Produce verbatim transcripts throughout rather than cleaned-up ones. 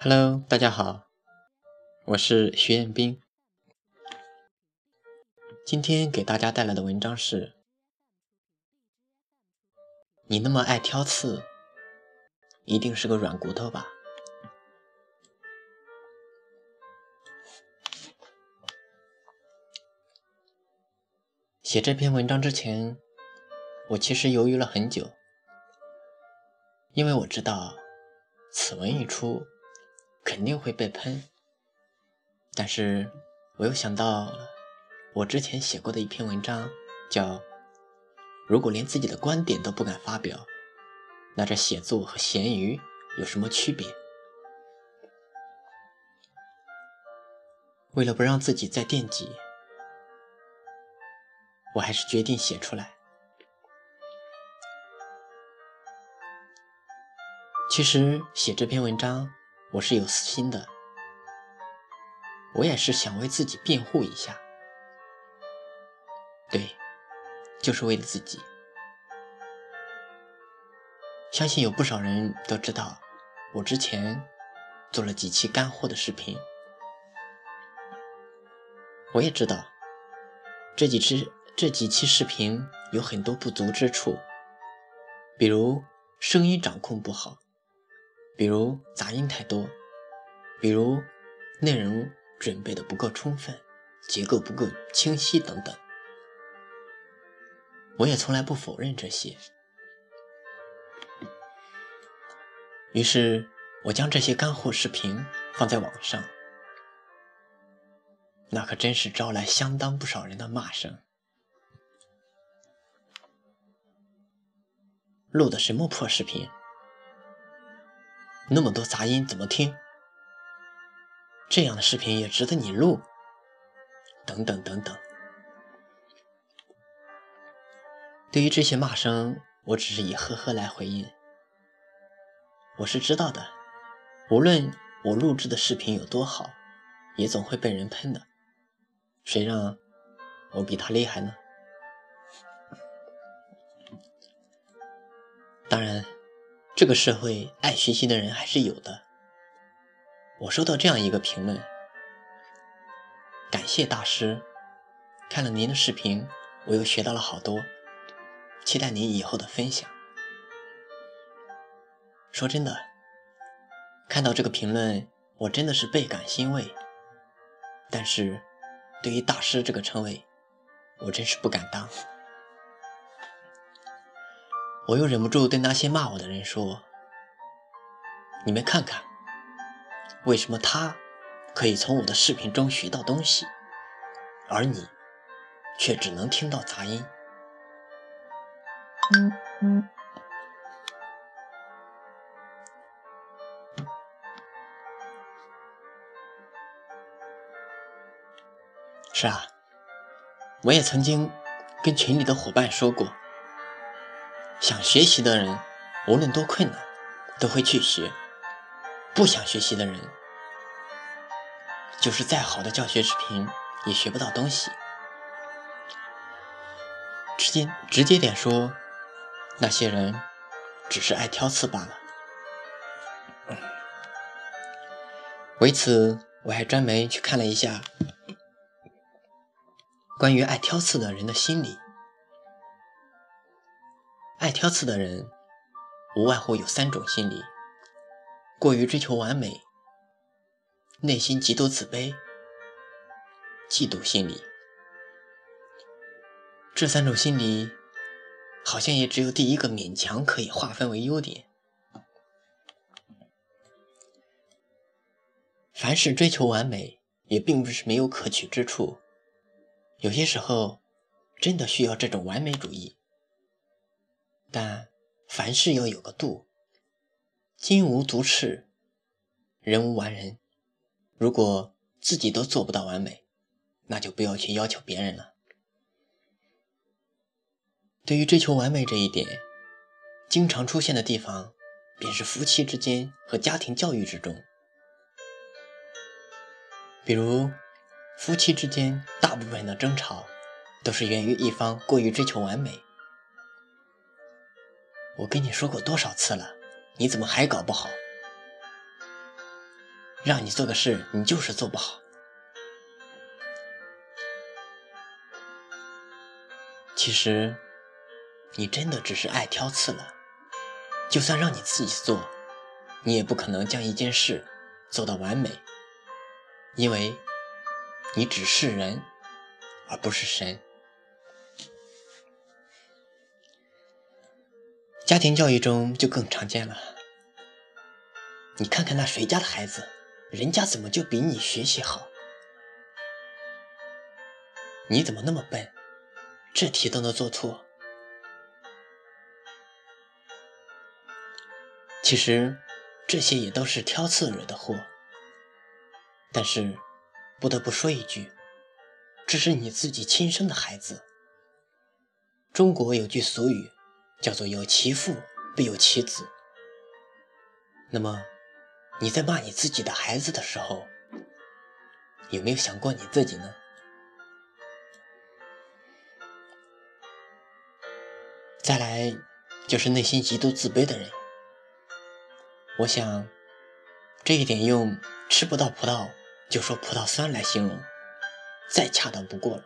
Hello， 大家好，我是徐彦斌。今天给大家带来的文章是：你那么爱挑刺，一定是个软骨头吧？写这篇文章之前，我其实犹豫了很久，因为我知道此文一出肯定会被喷，但是我又想到了我之前写过的一篇文章，叫如果连自己的观点都不敢发表，那这写作和咸鱼有什么区别？为了不让自己再惦记，我还是决定写出来。其实写这篇文章我是有私心的，我也是想为自己辩护一下，对，就是为了自己。相信有不少人都知道，我之前做了几期干货的视频，我也知道这几期这几期视频有很多不足之处，比如声音掌控不好，比如杂音太多，比如内容准备的不够充分，结构不够清晰等等。我也从来不否认这些，于是我将这些干货视频放在网上，那可真是招来相当不少人的骂声。录的什么破视频？那么多杂音怎么听？这样的视频也值得你录？等等等等。对于这些骂声，我只是以呵呵来回应。我是知道的，无论我录制的视频有多好，也总会被人喷的。谁让我比他厉害呢？当然，这个社会爱学习的人还是有的。我收到这样一个评论：感谢大师，看了您的视频，我又学到了好多，期待您以后的分享。说真的，看到这个评论，我真的是倍感欣慰。但是，对于大师这个称谓，我真是不敢当。我又忍不住对那些骂我的人说：你们看看，为什么他可以从我的视频中学到东西，而你却只能听到杂音？嗯嗯是啊，我也曾经跟群里的伙伴说过，想学习的人无论多困难都会去学，不想学习的人就是再好的教学视频也学不到东西。直接直接点说，那些人只是爱挑刺罢了。为此我还专门去看了一下关于爱挑刺的人的心理。爱挑刺的人无外乎有三种心理：过于追求完美，内心极度自卑，嫉妒心理。这三种心理好像也只有第一个勉强可以划分为优点。凡是追求完美，也并不是没有可取之处，有些时候真的需要这种完美主义。但凡事要有个度，金无足赤，人无完人。如果自己都做不到完美，那就不要去要求别人了。对于追求完美这一点，经常出现的地方便是夫妻之间和家庭教育之中。比如夫妻之间大部分的争吵都是源于一方过于追求完美。我跟你说过多少次了，你怎么还搞不好？ 让你做个事，你就是做不好。其实，你真的只是爱挑刺了。就算让你自己做，你也不可能将一件事做到完美，因为你只是人，而不是神。家庭教育中就更常见了。你看看那谁家的孩子，人家怎么就比你学习好？你怎么那么笨，这题都能做错？其实这些也都是挑刺惹的祸。但是不得不说一句，这是你自己亲生的孩子。中国有句俗语叫做有其父必有其子。那么你在骂你自己的孩子的时候，有没有想过你自己呢？再来就是内心极度自卑的人。我想这一点用吃不到葡萄就说葡萄酸来形容，再恰当不过了。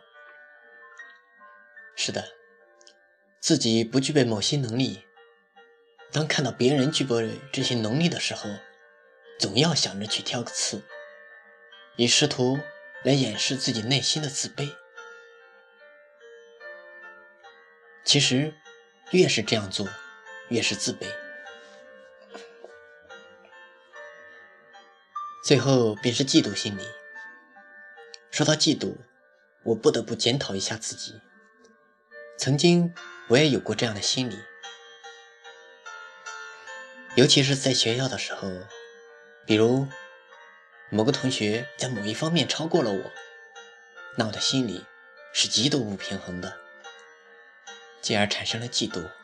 是的，自己不具备某些能力，当看到别人具备这些能力的时候，总要想着去挑个刺，以试图来掩饰自己内心的自卑。其实越是这样做，越是自卑。最后便是嫉妒心理。说到嫉妒，我不得不检讨一下自己。曾经我也有过这样的心理，尤其是在学校的时候，比如某个同学在某一方面超过了我，那我的心里是极度不平衡的，进而产生了嫉妒。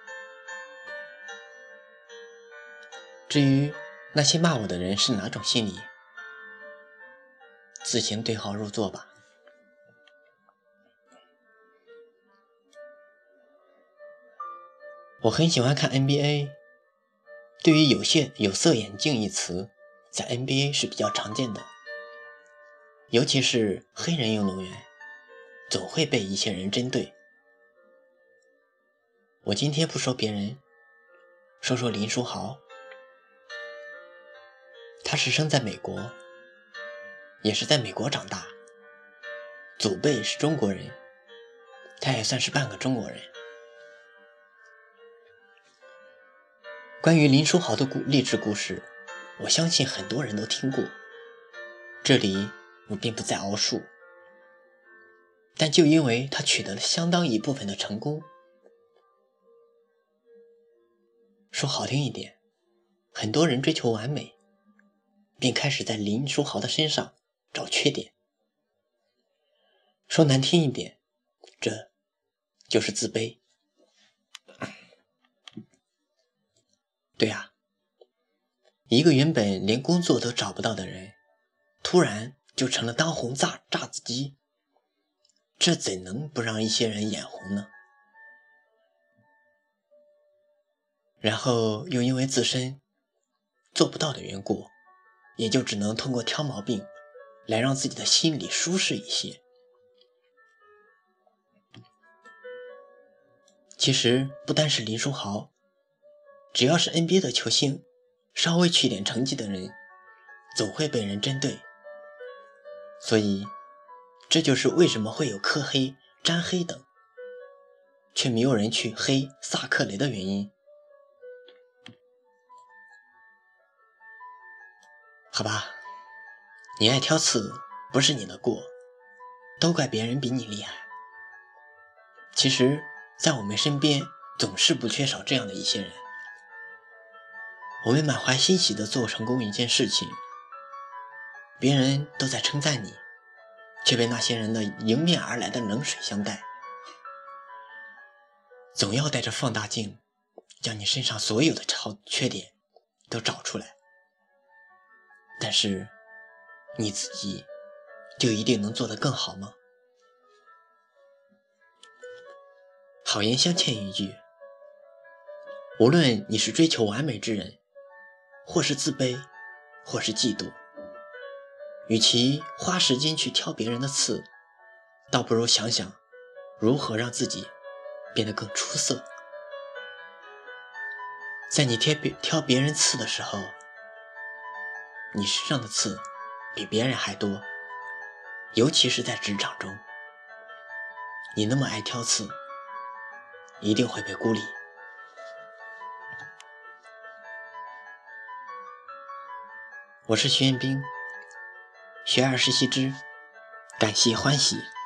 至于那些骂我的人是哪种心理，自行对号入座吧。我很喜欢看 N B A， 对于有些有色眼镜一词在 N B A 是比较常见的，尤其是黑人运动员总会被一些人针对。我今天不说别人，说说林书豪。他是生在美国，也是在美国长大，祖辈是中国人，他也算是半个中国人。关于林书豪的故励志故事，我相信很多人都听过，这里我便不再赘述。但就因为他取得了相当一部分的成功，说好听一点，很多人追求完美，并开始在林书豪的身上找缺点。说难听一点，这就是自卑。对啊，一个原本连工作都找不到的人，突然就成了当红炸炸子鸡，这怎能不让一些人眼红呢？然后又因为自身做不到的缘故，也就只能通过挑毛病来让自己的心里舒适一些。其实不单是林书豪，只要是 N B A 的球星，稍微取点成绩的人总会被人针对。所以这就是为什么会有科黑、詹黑等，却没有人去黑萨克雷的原因。好吧，你爱挑刺不是你的过，都怪别人比你厉害。其实在我们身边总是不缺少这样的一些人，我们满怀欣喜地做成功一件事情，别人都在称赞你，却被那些人的迎面而来的冷水相待。总要带着放大镜将你身上所有的超缺点都找出来，但是你自己就一定能做得更好吗？好言相劝一句，无论你是追求完美之人，或是自卑，或是嫉妒， 与其花时间去挑别人的刺，倒不如想想如何让自己变得更出色。在你挑别挑别人刺的时候，你身上的刺比别人还多，尤其是在职场中，你那么爱挑刺，一定会被孤立。我是徐彦斌，学而时习之，感谢欢喜。